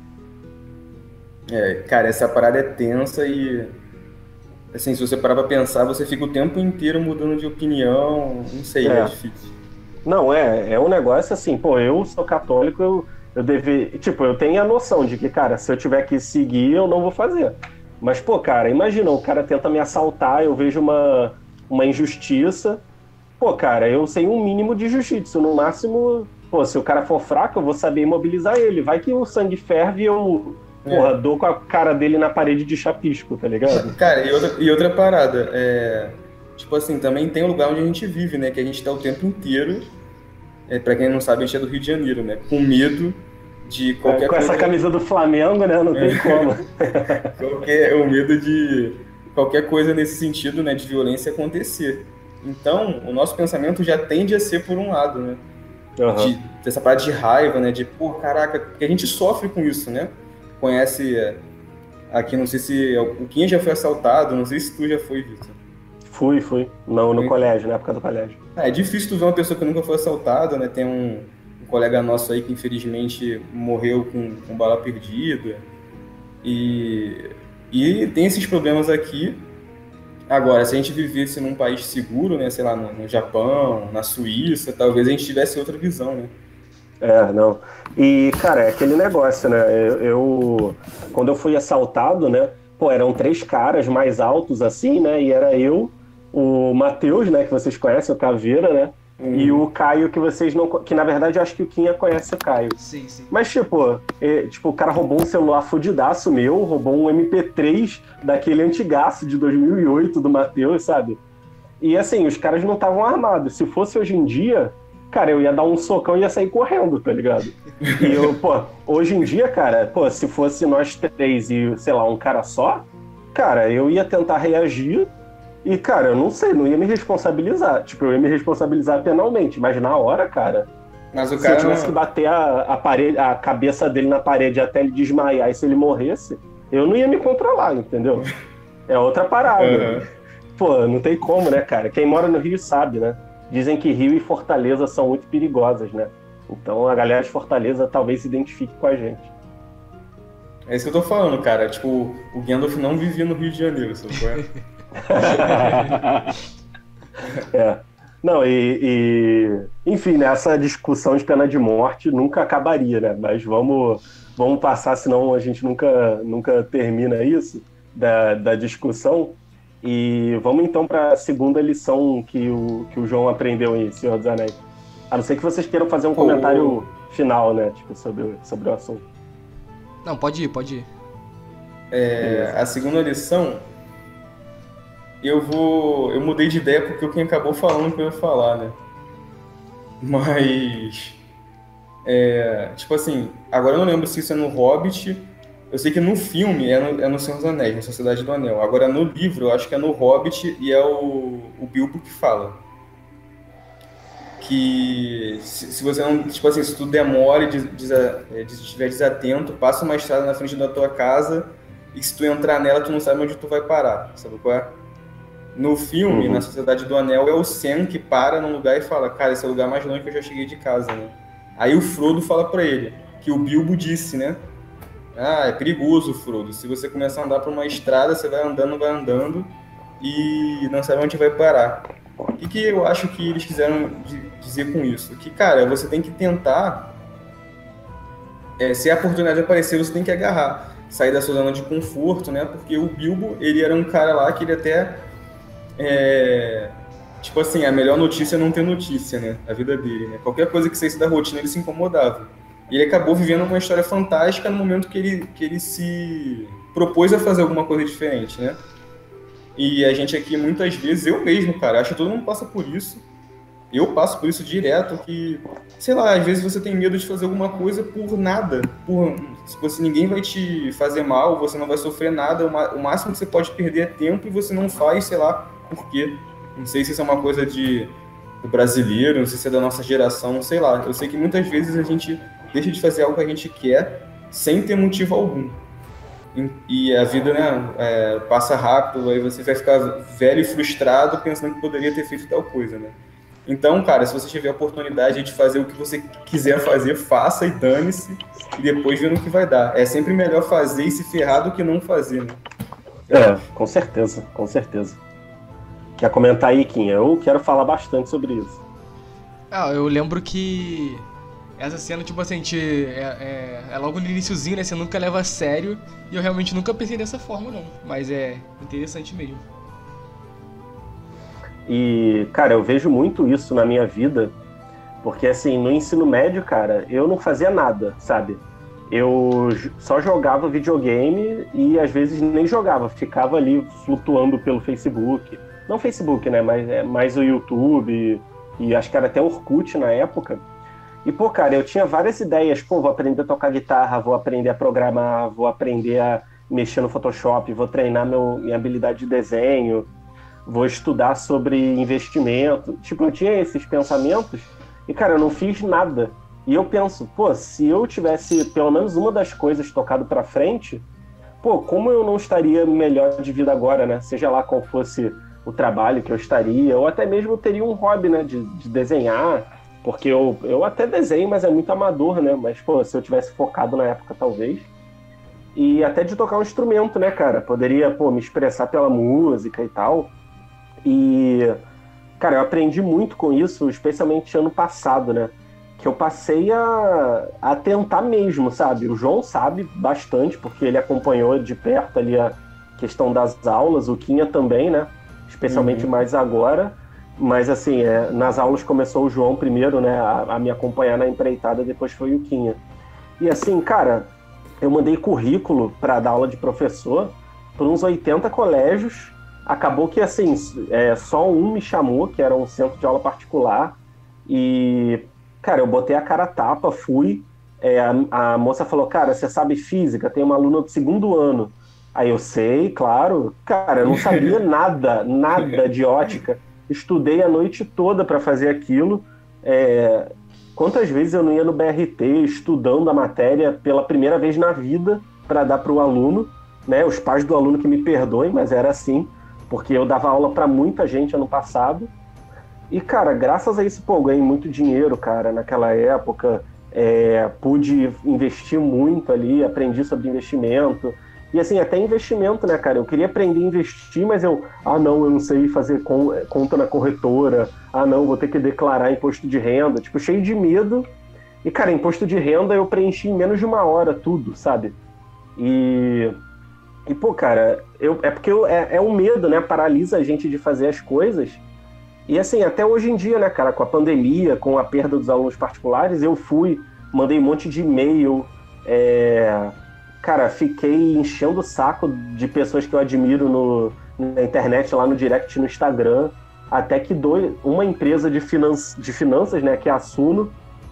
Cara, essa parada é tensa e... assim, se você parar pra pensar, você fica o tempo inteiro mudando de opinião, não sei, é difícil. Não, é um negócio assim, eu sou católico, eu tenho a noção de que, cara, se eu tiver que seguir, eu não vou fazer. Mas, cara, imagina, o cara tenta me assaltar, eu vejo uma injustiça, cara, eu sei um mínimo de jiu-jitsu, no máximo, se o cara for fraco, eu vou saber imobilizar ele, vai que o sangue ferve e eu... dou com a cara dele na parede de chapisco, tá ligado? Cara, e outra parada, tipo assim, também tem um lugar onde a gente vive, né? Que a gente tá o tempo inteiro, pra quem não sabe, a gente é do Rio de Janeiro, né? Com medo de qualquer coisa... Com essa camisa do Flamengo, né? Não tem como. O medo de qualquer coisa nesse sentido, né? De violência acontecer. Então, o nosso pensamento já tende a ser por um lado, né? Dessa parada de raiva, né? De, pô, caraca, porque a gente sofre com isso, né? Conhece aqui, não sei se o Quinha já foi assaltado, não sei se tu já foi, Vitor. Fui. Não, no colégio, na época do colégio. É difícil tu ver uma pessoa que nunca foi assaltada, né? Tem um colega nosso aí que infelizmente morreu com bala perdida. E tem esses problemas aqui. Agora, se a gente vivesse num país seguro, né? Sei lá, no Japão, na Suíça, talvez a gente tivesse outra visão, né? Não. E, cara, é aquele negócio, né? Quando eu fui assaltado, né? Pô, eram 3 caras mais altos assim, né? E era eu, o Matheus, né? Que vocês conhecem, o Caveira, né? E o Caio, que vocês não... Que, na verdade, eu acho que o Quinha conhece o Caio. Sim. Mas, tipo, o cara roubou um celular fudidaço meu, roubou um MP3 daquele antigaço de 2008 do Matheus, sabe? E, assim, os caras não estavam armados. Se fosse hoje em dia... Cara, eu ia dar um socão e ia sair correndo, tá ligado? E hoje em dia, cara, se fosse nós 3 e, sei lá, um cara só, cara, eu ia tentar reagir e, cara, eu não sei, não ia me responsabilizar. Tipo, eu ia me responsabilizar penalmente, mas na hora, cara, mas o se cara eu tivesse que bater a cabeça dele na parede até ele desmaiar e se ele morresse, eu não ia me controlar, entendeu? É outra parada. Pô, não tem como, né, cara? Quem mora no Rio sabe, né? Dizem que Rio e Fortaleza são muito perigosas, né? Então a galera de Fortaleza talvez se identifique com a gente. É isso que eu tô falando, cara. Tipo, o Gandalf não vivia no Rio de Janeiro, sabe qual é? Não, enfim, né, essa discussão de pena de morte nunca acabaria, né? Mas vamos passar, senão a gente nunca termina isso, da discussão. E vamos então para a segunda lição que o João aprendeu em Senhor dos Anéis. A não ser que vocês queiram fazer um comentário final, né? Tipo, sobre o assunto. Não, pode ir. A segunda lição, eu mudei de ideia porque o Quem acabou falando que eu ia falar, né? Mas, tipo assim, agora eu não lembro se isso é no Hobbit. Eu sei que no filme é no Senhor dos Anéis, na Sociedade do Anel. Agora no livro eu acho que é no Hobbit e é o Bilbo que fala. Que se você não... Tipo assim, se tu demora e estiver desatento, passa uma estrada na frente da tua casa e se tu entrar nela, tu não sabe onde tu vai parar. Sabe qual é? No filme, na Sociedade do Anel, é o Sam que para num lugar e fala: cara, esse é o lugar mais longe que eu já cheguei de casa, né? Aí o Frodo fala pra ele que o Bilbo disse, né? É perigoso, Frodo. Se você começar a andar por uma estrada, você vai andando e não sabe onde vai parar. O que eu acho que eles quiseram dizer com isso? Que, cara, você tem que tentar... se a oportunidade aparecer, você tem que agarrar. Sair da sua zona de conforto, né? Porque o Bilbo, ele era um cara lá que ele até... tipo assim, a melhor notícia é não ter notícia, né? A vida dele, né? Qualquer coisa que saísse da rotina, ele se incomodava. E ele acabou vivendo uma história fantástica no momento que ele se propôs a fazer alguma coisa diferente, né? E a gente aqui, muitas vezes, eu mesmo, cara, acho que todo mundo passa por isso. Eu passo por isso direto, que, sei lá, às vezes você tem medo de fazer alguma coisa por nada. Ninguém vai te fazer mal, você não vai sofrer nada, o máximo que você pode perder é tempo e você não faz, sei lá, por quê. Não sei se isso é uma coisa do brasileiro, não sei se é da nossa geração, não sei lá. Eu sei que muitas vezes a gente deixa de fazer algo que a gente quer sem ter motivo algum. E a vida, né, passa rápido, aí você vai ficar velho e frustrado pensando que poderia ter feito tal coisa, né? Então, cara, se você tiver a oportunidade de fazer o que você quiser fazer, faça e dane-se, e depois vê no que vai dar. É sempre melhor fazer e se ferrar do que não fazer, né? Com certeza. Quer comentar aí, Kim? Eu quero falar bastante sobre isso. Eu lembro que essa cena, tipo assim, é logo no iniciozinho, né? Você nunca leva a sério. E eu realmente nunca pensei dessa forma, não. Mas é interessante mesmo. E, cara, eu vejo muito isso na minha vida. Porque, assim, no ensino médio, cara, eu não fazia nada, sabe? Eu só jogava videogame e, às vezes, nem jogava. Ficava ali flutuando pelo Facebook. Não Facebook, né? Mas mais o YouTube. E acho que era até Orkut na época. E, pô, cara, eu tinha várias ideias. Pô, vou aprender a tocar guitarra, vou aprender a programar, vou aprender a mexer no Photoshop, vou treinar minha habilidade de desenho, vou estudar sobre investimento. Tipo, eu tinha esses pensamentos E, cara, eu não fiz nada. E eu penso, pô, se eu tivesse pelo menos uma das coisas tocado pra frente, pô, como eu não estaria melhor de vida agora, né? Seja lá qual fosse o trabalho que eu estaria, ou até mesmo eu teria um hobby, né, de desenhar, porque eu até desenho, mas é muito amador, né? Mas, pô, se eu tivesse focado na época, talvez. E até de tocar um instrumento, né, cara? Poderia, pô, me expressar pela música e tal. E, cara, eu aprendi muito com isso, especialmente ano passado, né? Que eu passei a tentar mesmo, sabe? O João sabe bastante, porque ele acompanhou de perto ali a questão das aulas, o Quinha também, né? Especialmente mais agora. Mas, assim, nas aulas começou o João primeiro, né? A me acompanhar na empreitada, depois foi o Quinha. E, assim, cara, eu mandei currículo para dar aula de professor para uns 80 colégios. Acabou que, assim, só um me chamou, que era um centro de aula particular. E, cara, eu botei a cara a tapa, fui. A moça falou, cara, você sabe física? Tem uma aluna do segundo ano. Aí eu sei, claro. Cara, eu não sabia nada de ótica. Estudei a noite toda para fazer aquilo. Quantas vezes eu não ia no BRT estudando a matéria pela primeira vez na vida para dar para o aluno, né? Os pais do aluno que me perdoem, mas era assim, porque eu dava aula para muita gente ano passado. E, cara, graças a isso, pô, eu ganhei muito dinheiro, cara, naquela época. Pude investir muito ali, aprendi sobre investimento. E, assim, até investimento, né, cara? Eu queria aprender a investir, mas eu não sei fazer conta na corretora. Não, vou ter que declarar imposto de renda. Tipo, cheio de medo. E, cara, imposto de renda eu preenchi em menos de 1 hora tudo, sabe? E pô, cara, porque o medo, né? Paralisa a gente de fazer as coisas. E, assim, até hoje em dia, né, cara, com a pandemia, com a perda dos alunos particulares, eu mandei um monte de e-mail, cara, fiquei enchendo o saco de pessoas que eu admiro na internet, lá no direct, no Instagram, até que uma empresa de finanças, né, que é a Suno,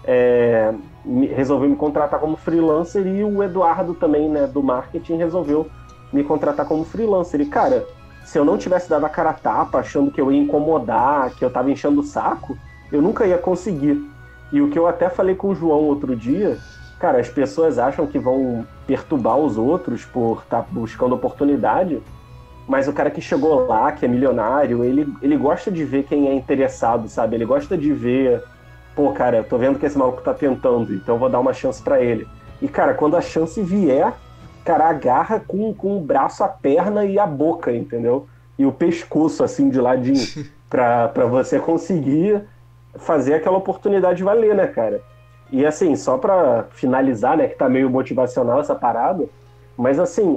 resolveu me contratar como freelancer, e o Eduardo também, né, do marketing, resolveu me contratar como freelancer. E, cara, se eu não tivesse dado a cara a tapa, achando que eu ia incomodar, que eu tava enchendo o saco, eu nunca ia conseguir. E o que eu até falei com o João outro dia, cara, as pessoas acham que vão perturbar os outros por estar buscando oportunidade, mas o cara que chegou lá, que é milionário, ele gosta de ver quem é interessado, sabe? Ele gosta de ver, pô, cara, eu tô vendo que esse maluco tá tentando, então eu vou dar uma chance pra ele. E, cara, quando a chance vier, cara, agarra com o braço, a perna e a boca, entendeu? E o pescoço, assim, de ladinho, pra você conseguir fazer aquela oportunidade valer, né, cara? E, assim, só pra finalizar, né, que tá meio motivacional essa parada, mas, assim,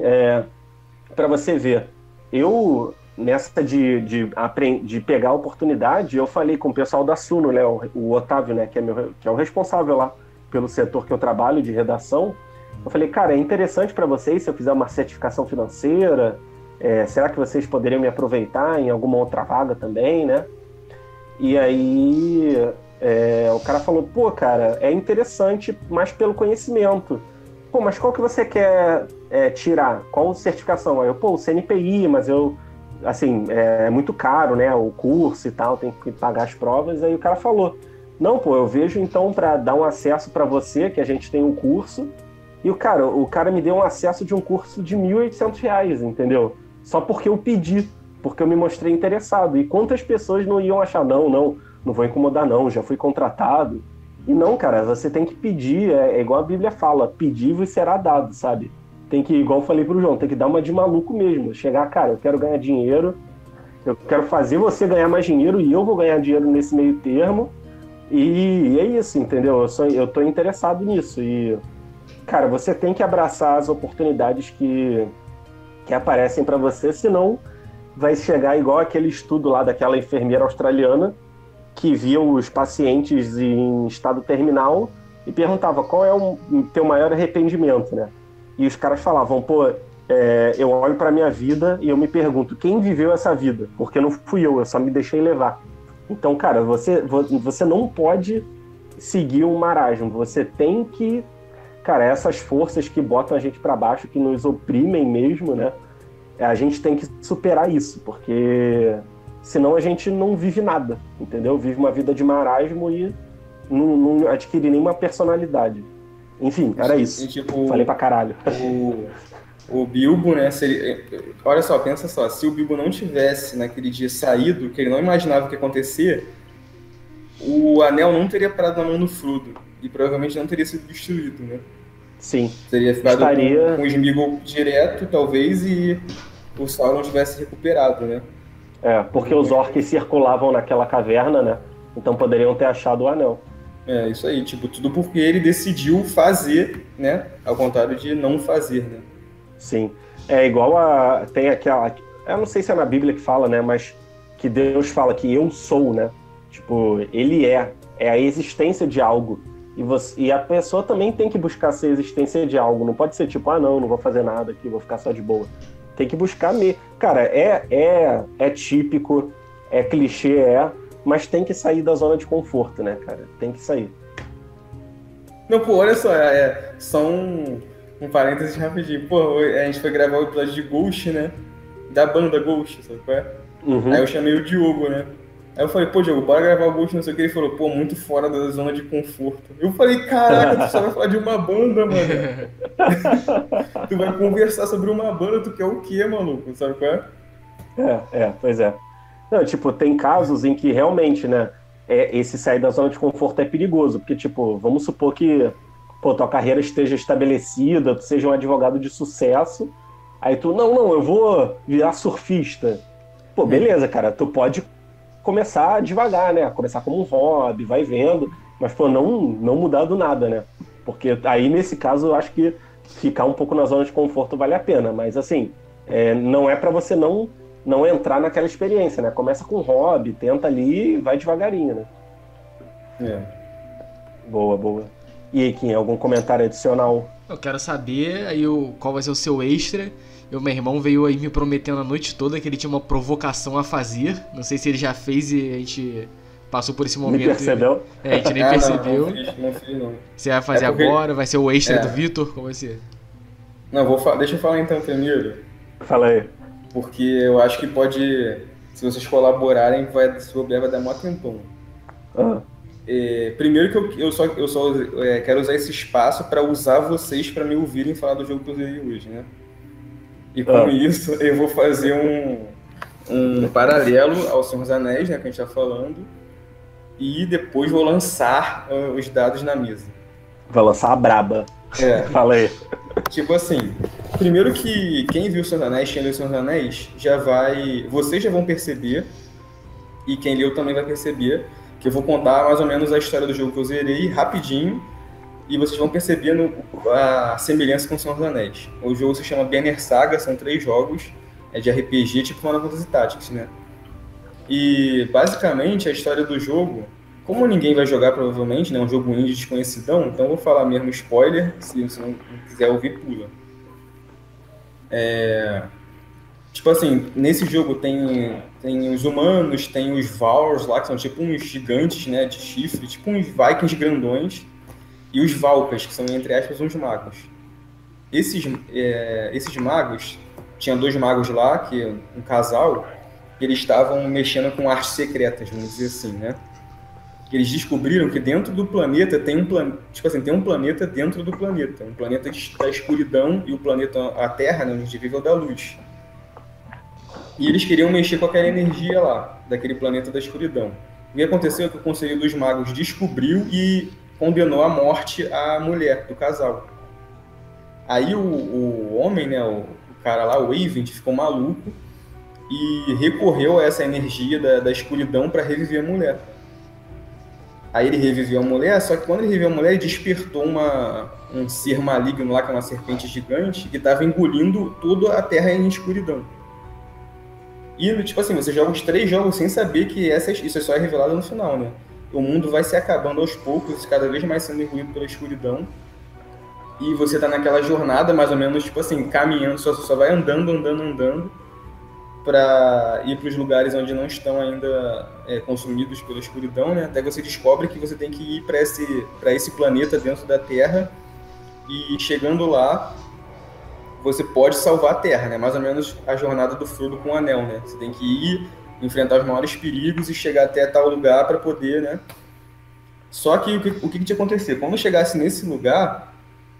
pra você ver, eu, nessa de pegar a oportunidade, eu falei com o pessoal da Suno, né, o Otávio, né, que é o responsável lá pelo setor que eu trabalho, de redação. Eu falei, cara, é interessante para vocês se eu fizer uma certificação financeira, será que vocês poderiam me aproveitar em alguma outra vaga também, né? E aí o cara falou, pô, cara, é interessante, mas pelo conhecimento. Pô, mas qual que você quer tirar? Qual certificação? Aí eu, pô, o CNPI, mas assim, é muito caro, né, o curso e tal, tem que pagar as provas. Aí o cara falou, não, pô, eu vejo então para dar um acesso para você, que a gente tem um curso. E o cara me deu um acesso de um curso de R$1.800, entendeu? Só porque eu pedi, porque eu me mostrei interessado. E quantas pessoas não iam achar, não vou incomodar não, já fui contratado. E não, cara, você tem que pedir, é igual a Bíblia fala, pedir e será dado, sabe? Tem que, igual eu falei pro João, tem que dar uma de maluco mesmo. Chegar, cara, eu quero ganhar dinheiro, eu quero fazer você ganhar mais dinheiro e eu vou ganhar dinheiro nesse meio termo. E é isso, entendeu? Eu tô interessado nisso. E, cara, você tem que abraçar as oportunidades que aparecem para você, senão vai chegar igual aquele estudo lá daquela enfermeira australiana que via os pacientes em estado terminal e perguntava qual é o teu maior arrependimento, né? E os caras falavam, pô, eu olho para minha vida e eu me pergunto, quem viveu essa vida? Porque não fui eu só me deixei levar. Então, cara, você não pode seguir um marasmo, você tem que... Cara, essas forças que botam a gente para baixo, que nos oprimem mesmo, né? A gente tem que superar isso, porque senão a gente não vive nada, entendeu? Vive uma vida de marasmo e não adquire nenhuma personalidade. Enfim, era isso. E, tipo, falei pra caralho. O Bilbo, né, olha só, pensa só, se o Bilbo não tivesse naquele dia saído, que ele não imaginava o que ia acontecer, o anel não teria parado na mão do Frodo, e provavelmente não teria sido destruído, né? Sim. Teria ficado com o Sméagol direto, talvez, e o Sauron tivesse recuperado, né? Porque os orcs circulavam naquela caverna, né? Então poderiam ter achado o anel. Isso aí, tipo, tudo porque ele decidiu fazer, né? Ao contrário de não fazer, né? Sim. É igual tem aquela... Eu não sei se é na Bíblia que fala, né? Mas que Deus fala que eu sou, né? Tipo, ele é a existência de algo. E a pessoa também tem que buscar ser a existência de algo. Não pode ser tipo, não vou fazer nada aqui, vou ficar só de boa. Tem que buscar mesmo. Cara, é típico, é clichê, mas tem que sair da zona de conforto, né, cara? Tem que sair. Não, pô, olha só, só um parênteses rapidinho. Pô, a gente foi gravar o episódio de Ghost, né? Da banda Ghost, sabe qual é? Uhum. Aí eu chamei o Diogo, né? Aí eu falei, pô, Diogo, bora gravar o Ghost, não sei o que. Ele falou, pô, muito fora da zona de conforto. Eu falei, caraca, tu só vai falar de uma banda, mano. Tu vai conversar sobre uma banda, tu quer o quê, maluco? Sabe qual é? Pois é. Não, tipo, tem casos em que realmente, né, esse sair da zona de conforto é perigoso, porque, tipo, vamos supor que, pô, tua carreira esteja estabelecida, tu seja um advogado de sucesso, aí tu, não, eu vou virar surfista. Pô, beleza, cara, tu pode começar devagar, né, começar como um hobby, vai vendo, mas, pô, não mudar do nada, né, porque aí, nesse caso, eu acho que ficar um pouco na zona de conforto vale a pena, mas, assim, não é pra você não entrar naquela experiência, né? Começa com hobby, tenta ali e vai devagarinho, né? Boa. E aí, Kim, algum comentário adicional? Eu quero saber aí qual vai ser o seu extra. Meu irmão veio aí me prometendo a noite toda que ele tinha uma provocação a fazer. Não sei se ele já fez e a gente passou por esse momento. Nem percebeu? A gente nem percebeu. Não fiz. Você vai fazer agora? Vai ser o extra do Vitor? Como vai ser? Não, deixa eu falar então primeiro. Fala aí. Porque eu acho que pode, se vocês colaborarem, vai dar mó tempão. Primeiro que eu só quero usar esse espaço para usar vocês para me ouvirem falar do jogo que eu usei hoje, né? E com isso eu vou fazer um paralelo ao Senhor dos Anéis, né, que a gente tá falando, e depois vou lançar os dados na mesa. Vai lançar a braba. Fala aí. Tipo assim, primeiro que quem viu o Senhor dos Anéis, quem leu o Senhor dos Anéis, vocês já vão perceber, e quem leu também vai perceber, que eu vou contar mais ou menos a história do jogo que eu zerei rapidinho, e vocês vão perceber a semelhança com o Senhor dos Anéis. O jogo se chama Banner Saga, são 3 jogos, é de RPG, tipo Final Fantasy Tactics, né? E basicamente a história do jogo, como ninguém vai jogar provavelmente, né, um jogo indie desconhecidão, então eu vou falar mesmo spoiler, se você não quiser ouvir, pula. Tipo assim, nesse jogo tem os humanos, tem os Vaurs lá, que são tipo uns gigantes, né, de chifre, tipo uns Vikings grandões, e os Valkas, que são, entre aspas, uns magos. Esses magos, tinha 2 magos lá, que um casal, que eles estavam mexendo com artes secretas, vamos dizer assim, né? Eles descobriram que dentro do planeta tem um planeta dentro do planeta, um planeta da escuridão, e o planeta, a Terra, né, onde a gente vive, é o da luz. E eles queriam mexer com aquela energia lá, daquele planeta da escuridão. O que aconteceu é que o Conselho dos Magos descobriu e condenou à morte a mulher do casal. Aí o homem, né, o cara lá, o Eyvind, ficou maluco e recorreu a essa energia da escuridão para reviver a mulher. Aí ele reviveu a mulher, só que quando ele reviveu a mulher, ele despertou um ser maligno lá, que é uma serpente gigante, que estava engolindo toda a Terra em escuridão. E, tipo assim, você joga os 3 jogos sem saber que isso é só revelado no final, né? O mundo vai se acabando aos poucos, cada vez mais sendo engolido pela escuridão. E você tá naquela jornada, mais ou menos, tipo assim, caminhando, só vai andando, para ir para os lugares onde não estão ainda consumidos pela escuridão, né? Até você descobre que você tem que ir para esse planeta dentro da Terra, e chegando lá, você pode salvar a Terra, né? Mais ou menos a jornada do Frodo com o Anel, né? Você tem que ir, enfrentar os maiores perigos e chegar até tal lugar para poder, né, Só que o que tinha acontecido? Quando chegasse nesse lugar,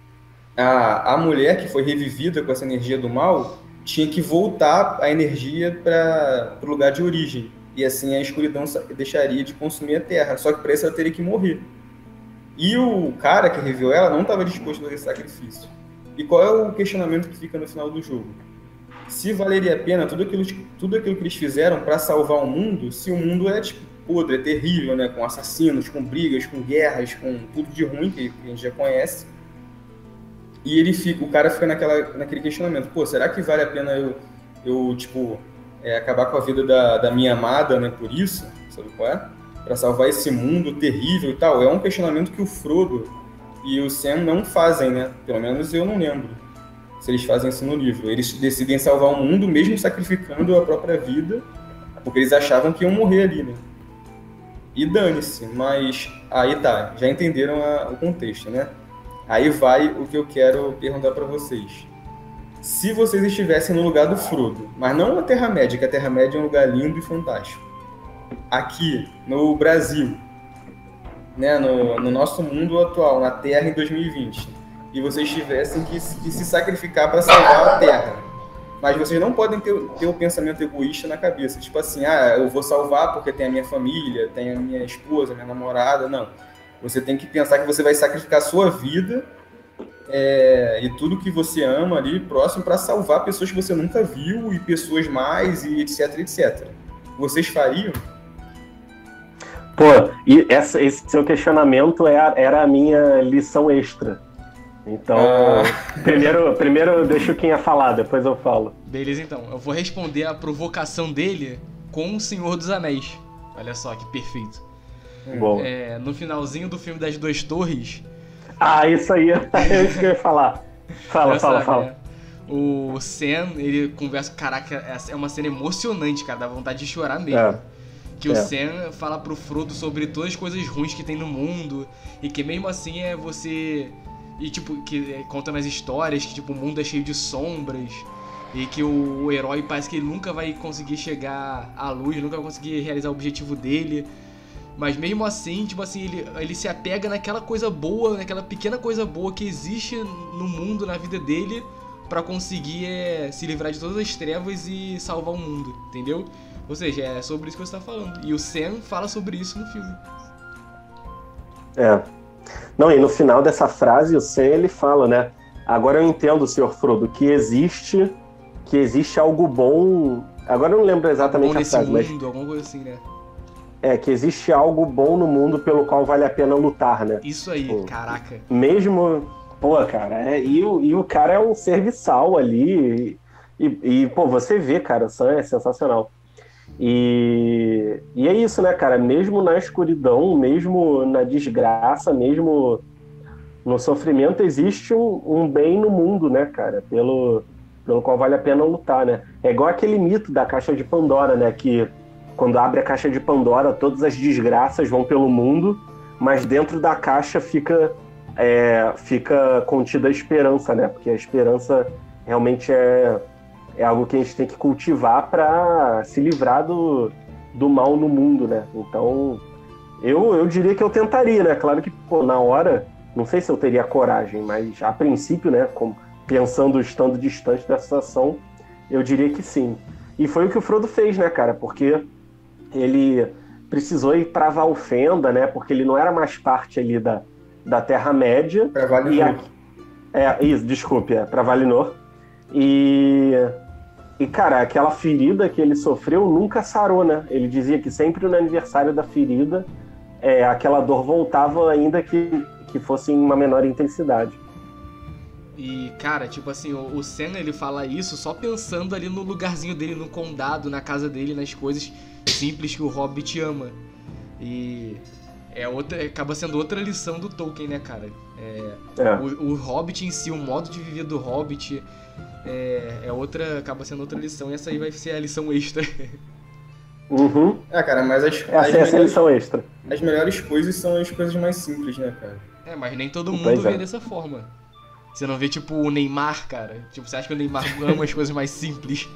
a mulher que foi revivida com essa energia do mal tinha que voltar a energia para o lugar de origem. E assim a escuridão deixaria de consumir a Terra. Só que para isso ela teria que morrer. E o cara que reviveu ela não estava disposto a fazer sacrifício. E qual é o questionamento que fica no final do jogo? Se valeria a pena tudo aquilo que eles fizeram para salvar o mundo, se o mundo é tipo podre, é terrível, né? Com assassinos, com brigas, com guerras, com tudo de ruim que a gente já conhece. E o cara fica naquele questionamento, pô, será que vale a pena eu acabar com a vida da minha amada, né, por isso? Sabe qual é? Pra salvar esse mundo terrível e tal. É um questionamento que o Frodo e o Sam não fazem, né? Pelo menos eu não lembro se eles fazem isso no livro. Eles decidem salvar o mundo mesmo sacrificando a própria vida, porque eles achavam que iam morrer ali, né? E dane-se, mas aí tá, já entenderam o contexto, né? Aí vai o que eu quero perguntar para vocês. Se vocês estivessem no lugar do Frodo, mas não na Terra-média, que a Terra-média é um lugar lindo e fantástico. Aqui, no Brasil, né, no nosso mundo atual, na Terra em 2020, e vocês tivessem que se sacrificar para salvar a Terra. Mas vocês não podem ter o pensamento egoísta na cabeça. Tipo assim, eu vou salvar porque tem a minha família, tem a minha esposa, a minha namorada. Não. Você tem que pensar que você vai sacrificar a sua vida e tudo que você ama ali próximo para salvar pessoas que você nunca viu e pessoas mais e etc, etc. Vocês fariam? Pô, e esse seu questionamento era a minha lição extra. Então, primeiro deixa o Quinha falar, depois eu falo. Beleza, então. Eu vou responder a provocação dele com o Senhor dos Anéis. Olha só que perfeito. Bom. No finalzinho do filme das Duas Torres... isso aí, é isso que eu ia falar. Fala. O Sam, ele conversa... Caraca, essa é uma cena emocionante, cara. Dá vontade de chorar mesmo. O Sam fala pro Frodo sobre todas as coisas ruins que tem no mundo. E que mesmo assim você... E tipo, que contando as histórias que tipo, o mundo é cheio de sombras. E que o herói parece que ele nunca vai conseguir chegar à luz, nunca vai conseguir realizar o objetivo dele. Mas mesmo assim, tipo assim, ele se apega naquela coisa boa, naquela pequena coisa boa que existe no mundo, na vida dele, pra conseguir se livrar de todas as trevas e salvar o mundo, entendeu? Ou seja, é sobre isso que você tá falando. E o Sam fala sobre isso no filme. Não, e no final dessa frase, o Sam, ele fala, né? Agora eu entendo, Sr. Frodo, que existe algo bom... Agora eu não lembro exatamente a frase, mas... alguma coisa assim, né? Que existe algo bom no mundo pelo qual vale a pena lutar, né? Isso aí, caraca. Mesmo... Pô, cara, e o cara é um serviçal ali. E você vê, cara, o Sam é sensacional. E é isso, né, cara? Mesmo na escuridão, mesmo na desgraça, mesmo no sofrimento, existe um bem no mundo, né, cara? Pelo qual vale a pena lutar, né? É igual aquele mito da caixa de Pandora, né? Que quando abre a caixa de Pandora, todas as desgraças vão pelo mundo, mas dentro da caixa fica contida a esperança, né? Porque a esperança realmente é algo que a gente tem que cultivar para se livrar do mal no mundo, né? Então, eu diria que eu tentaria, né? Claro que, na hora, não sei se eu teria coragem, mas a princípio, né? Estando distante da situação, eu diria que sim. E foi o que o Frodo fez, né, cara? Porque ele precisou ir pra Valfenda, né? Porque ele não era mais parte ali da Terra-média. Pra Valinor. Pra Valinor. E, cara, aquela ferida que ele sofreu nunca sarou, né? Ele dizia que sempre no aniversário da ferida, aquela dor voltava, ainda que fosse em uma menor intensidade. E, cara, tipo assim, o Sam, ele fala isso só pensando ali no lugarzinho dele, no condado, na casa dele, nas coisas simples que o Hobbit ama. E acaba sendo outra lição do Tolkien, né, cara? O Hobbit em si, o modo de viver do Hobbit acaba sendo outra lição, e essa aí vai ser a lição extra. Uhum. Cara, mas essa é a lição extra. As melhores coisas são as coisas mais simples, né, cara? Mas nem todo mundo vê dessa forma. Você não vê, tipo, o Neymar, cara. Tipo, você acha que o Neymar ama as coisas mais simples?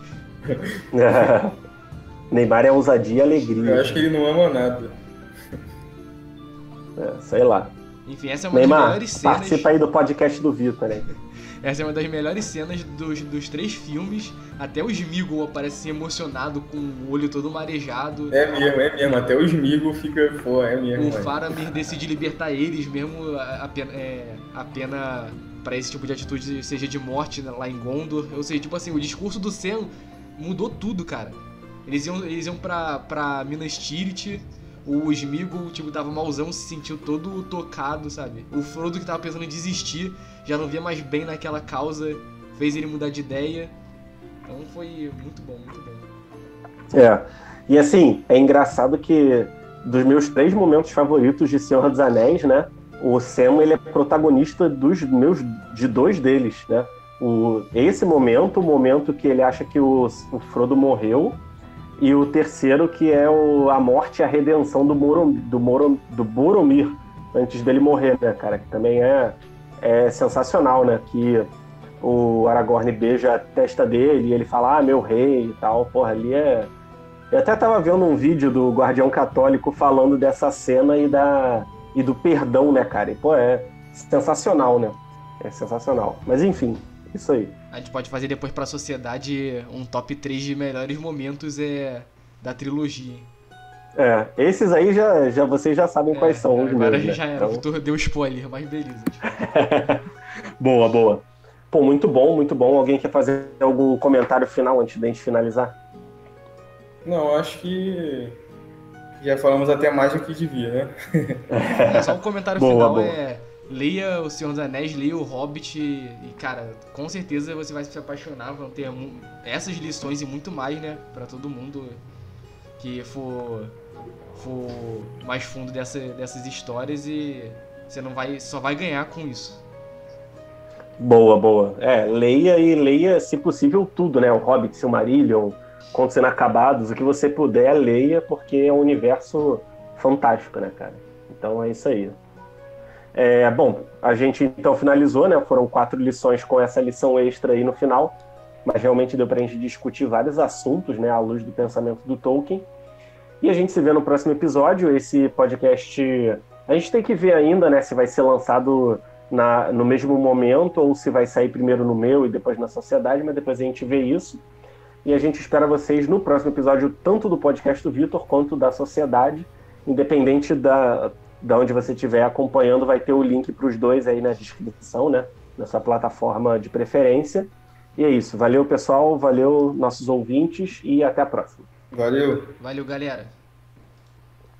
Neymar é ousadia e alegria. Eu acho que ele não ama nada. Sei lá. Enfim, essa é uma Neymar, das melhores cenas. participa aí do podcast do Vitor, hein? Essa é uma das melhores cenas dos 3 filmes. Até o Sméagol aparece emocionado, com o olho todo marejado. É mesmo. Até o Sméagol fica, pô, é mesmo. O Faramir decide libertar eles, mesmo a pena pra esse tipo de atitude seja de morte, né, lá em Gondor. Ou seja, tipo assim, o discurso do Sam mudou tudo, cara. Eles iam pra Minas Tirith. O Sméagol, tipo, tava malzão, se sentiu todo tocado, sabe? O Frodo, que tava pensando em desistir, já não via mais bem naquela causa, fez ele mudar de ideia. Então foi muito bom, muito bom. E assim, é engraçado que dos meus 3 momentos favoritos de Senhor dos Anéis, né? O Sam, ele é protagonista de 2 deles, né? Esse momento, o momento que ele acha que o Frodo morreu, e o terceiro, que é a morte e a redenção do Boromir, antes dele morrer, né, cara? Que também é sensacional, né? Que o Aragorn beija a testa dele e ele fala, meu rei e tal. Porra, ali é... Eu até tava vendo um vídeo do Guardião Católico falando dessa cena e do perdão, né, cara? E, pô, é sensacional, né? É sensacional. Mas, enfim, isso aí. A gente pode fazer depois pra sociedade um top 3 de melhores momentos da trilogia. Esses aí vocês já sabem quais são os meus, agora né? já era, o Vitor deu spoiler, mas beleza. Boa. Pô, muito bom. Alguém quer fazer algum comentário final antes da gente finalizar? Não, acho que já falamos até mais do que devia, né? Só um comentário final leia O Senhor dos Anéis, leia O Hobbit e, cara, com certeza você vai se apaixonar, vão ter essas lições e muito mais, né, pra todo mundo que for mais fundo dessas histórias e você só vai ganhar com isso. Boa. Leia, se possível, tudo, né? O Hobbit, Silmarillion, Contos Inacabados, o que você puder, leia, porque é um universo fantástico, né, cara? Então é isso aí. Bom, a gente então finalizou, né? Foram 4 lições com essa lição extra aí no final, mas realmente deu pra gente discutir vários assuntos, né, à luz do pensamento do Tolkien. E a gente se vê no próximo episódio. Esse podcast, a gente tem que ver ainda, né, se vai ser lançado no mesmo momento ou se vai sair primeiro no meu e depois na sociedade, mas depois a gente vê isso. E a gente espera vocês no próximo episódio, tanto do podcast do Vitor quanto da sociedade, independente da onde você estiver acompanhando, vai ter o link para os 2 aí na descrição, né? Na sua plataforma de preferência. E é isso. Valeu, pessoal. Valeu, nossos ouvintes. E até a próxima. Valeu. Valeu, galera.